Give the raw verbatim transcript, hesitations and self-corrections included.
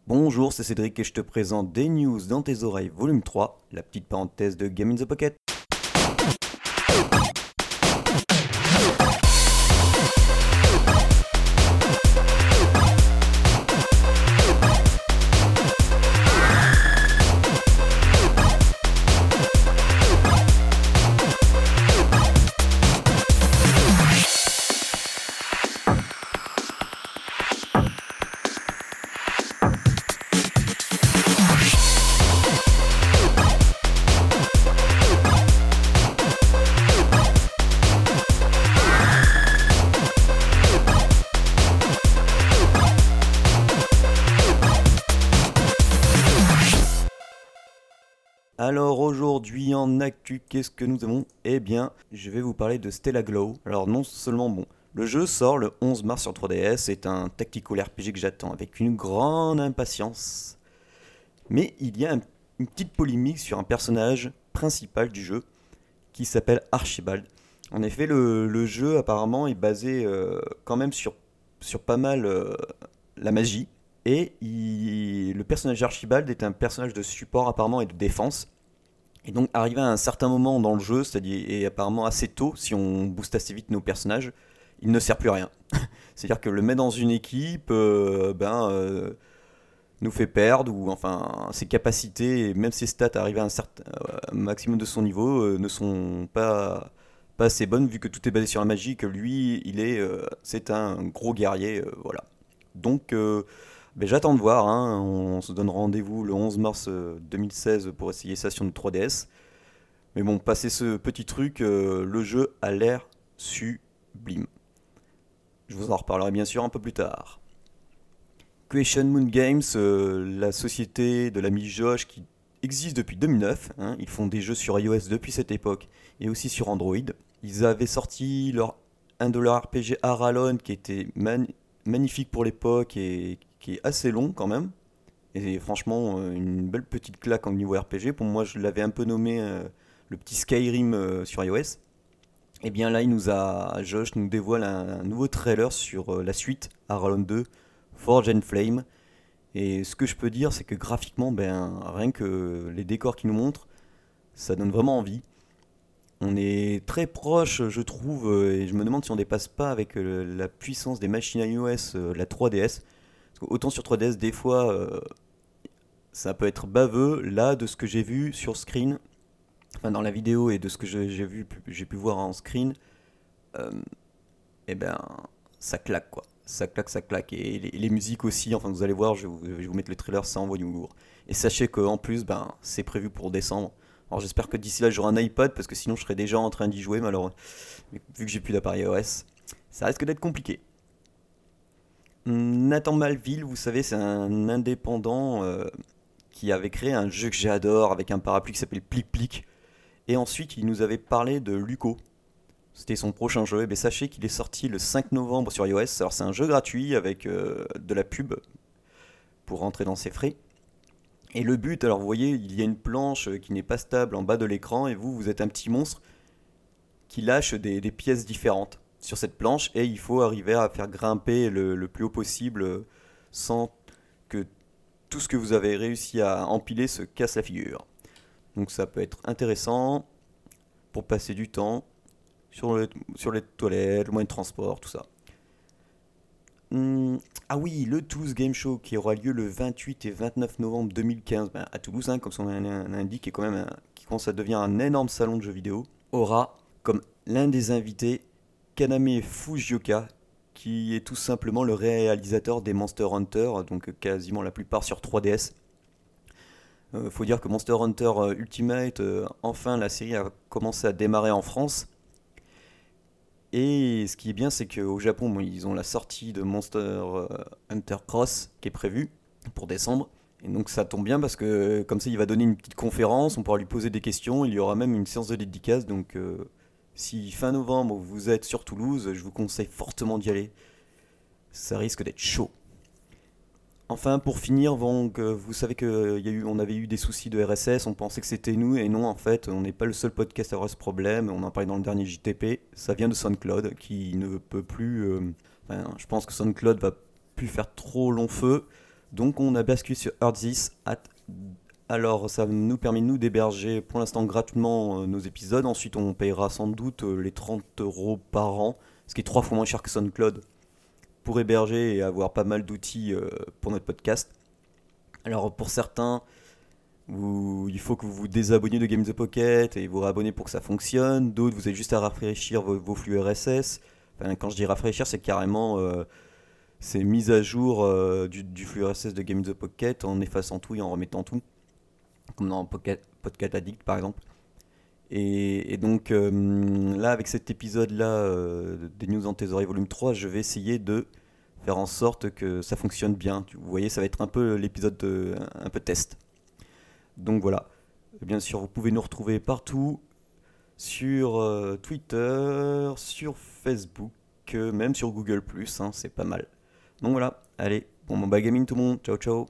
Bonjour, c'est Cédric et je te présente des news dans tes oreilles volume trois, la petite parenthèse de Game in the Pocket. Alors aujourd'hui en actu, qu'est-ce que nous avons? Eh bien, je vais vous parler de Stella Glow. Alors non seulement bon, le jeu sort le onze mars sur trois D S, c'est un tactical R P G que j'attends avec une grande impatience. Mais il y a un- une petite polémique sur un personnage principal du jeu qui s'appelle Archibald. En effet, le, le jeu apparemment est basé euh, quand même sur, sur pas mal euh, la magie. Et il- le personnage d'Archibald est un personnage de support apparemment et de défense. Et donc arrivé à un certain moment dans le jeu, c'est-à-dire et apparemment assez tôt, si on booste assez vite nos personnages, il ne sert plus à rien. C'est-à-dire que le mettre dans une équipe, euh, ben, euh, nous fait perdre, ou enfin ses capacités, et même ses stats arrivés à un certain euh, maximum de son niveau, euh, ne sont pas, pas assez bonnes vu que tout est basé sur la magie, que lui, il est, euh, c'est un gros guerrier, euh, voilà. Donc, euh, ben, j'attends de voir, hein. On se donne rendez-vous le onze mars euh, deux mille seize pour essayer ça sur une trois D S. Mais bon, passé ce petit truc, euh, le jeu a l'air sublime. Je vous en reparlerai bien sûr un peu plus tard. Question Moon Games, euh, la société de l'ami Josh qui existe depuis deux mille neuf, hein. Ils font des jeux sur iOS depuis cette époque et aussi sur Android. Ils avaient sorti leur un de leurs R P G Aralon qui était man- magnifique pour l'époque et qui est assez long quand même. Et franchement, euh, une belle petite claque en niveau R P G. Pour moi, je l'avais un peu nommé euh, le petit Skyrim euh, sur iOS. Et bien là, il nous a, Josh nous dévoile un, un nouveau trailer sur euh, la suite Aralon deux, Forge and Flame. Et ce que je peux dire, c'est que graphiquement, ben, rien que les décors qu'il nous montrent, ça donne vraiment envie. On est très proche, je trouve, euh, et je me demande si on dépasse pas avec euh, la puissance des machines iOS, euh, la trois D S. Parce que autant sur trois D S, des fois, euh, ça peut être baveux. Là, de ce que j'ai vu sur screen, enfin dans la vidéo et de ce que j'ai j'ai vu, j'ai pu voir en screen, euh, eh ben, ça claque quoi. Ça claque, ça claque. Et les, les musiques aussi, enfin vous allez voir, je vais vous, je vais vous mettre le trailer, ça envoie du lourd. Et sachez qu'en plus, ben, c'est prévu pour décembre. Alors j'espère que d'ici là j'aurai un iPad parce que sinon je serais déjà en train d'y jouer malheureusement. Mais vu que j'ai plus d'appareil iOS, ça risque d'être compliqué. Nathan Malville, vous savez, c'est un indépendant euh, qui avait créé un jeu que j'adore avec un parapluie qui s'appelle Plic Plic. Et ensuite, il nous avait parlé de Luco. C'était son prochain jeu. Et bien, sachez qu'il est sorti le cinq novembre sur iOS. Alors, c'est un jeu gratuit avec euh, de la pub pour rentrer dans ses frais. Et le but, alors vous voyez, il y a une planche euh, qui n'est pas stable en bas de l'écran. Et vous, vous êtes un petit monstre qui lâche des, des pièces différentes sur cette planche. Et il faut arriver à faire grimper le, le plus haut possible euh, sans que tout ce que vous avez réussi à empiler se casse la figure. Donc ça peut être intéressant pour passer du temps sur, le- sur les toilettes, le moyen de transport, tout ça. Hum, ah oui, le Toulouse Game Show qui aura lieu le vingt-huit et vingt-neuf novembre deux mille quinze ben, à Toulouse, hein, comme son nom l'indique, qui est quand même un- qui commence à devenir un énorme salon de jeux vidéo, aura comme l'un des invités Kaname Fujioka, qui est tout simplement le réalisateur des Monster Hunter, donc quasiment la plupart sur trois D S. Euh, faut dire que Monster Hunter euh, Ultimate, euh, enfin la série a commencé à démarrer en France. Et ce qui est bien, c'est qu'au Japon, bon, ils ont la sortie de Monster euh, Hunter Cross qui est prévue pour décembre. Et donc ça tombe bien parce que comme ça, il va donner une petite conférence, on pourra lui poser des questions, il y aura même une séance de dédicace. Donc euh, si fin novembre vous êtes sur Toulouse, je vous conseille fortement d'y aller. Ça risque d'être chaud. Enfin, pour finir, donc, euh, vous savez qu'on avait eu des soucis de R S S, on pensait que c'était nous, et non, en fait, on n'est pas le seul podcast à avoir ce problème, on en parlait dans le dernier J T P, ça vient de SoundCloud, qui ne peut plus... euh, enfin, je pense que SoundCloud va plus faire trop long feu, Donc on a basculé sur Earthis. Alors ça nous permet nous d'héberger pour l'instant gratuitement euh, nos épisodes. Ensuite on payera sans doute euh, les trente euros par an, ce qui est trois fois moins cher que SoundCloud, pour héberger et avoir pas mal d'outils euh, pour notre podcast. Alors pour certains, vous- il faut que vous vous désabonniez de Game the Pocket et vous réabonnez pour que ça fonctionne. D'autres, vous avez juste à rafraîchir vos, vos flux R S S. Enfin, quand je dis rafraîchir, c'est carrément euh, c'est mise à jour euh, du, du flux R S S de Game the Pocket en effaçant tout et en remettant tout, comme dans Pocket, Podcast Addict par exemple. Et, et donc euh, là, avec cet épisode-là euh, des News dans tes oreilles volume trois, je vais essayer de faire en sorte que ça fonctionne bien. Vous voyez, ça va être un peu l'épisode de- un peu test. Donc voilà. Bien sûr, vous pouvez nous retrouver partout sur euh, Twitter, sur Facebook, euh, même sur Google plus, hein, c'est pas mal. Donc voilà, allez, bon, bon bah gaming tout le monde, ciao ciao.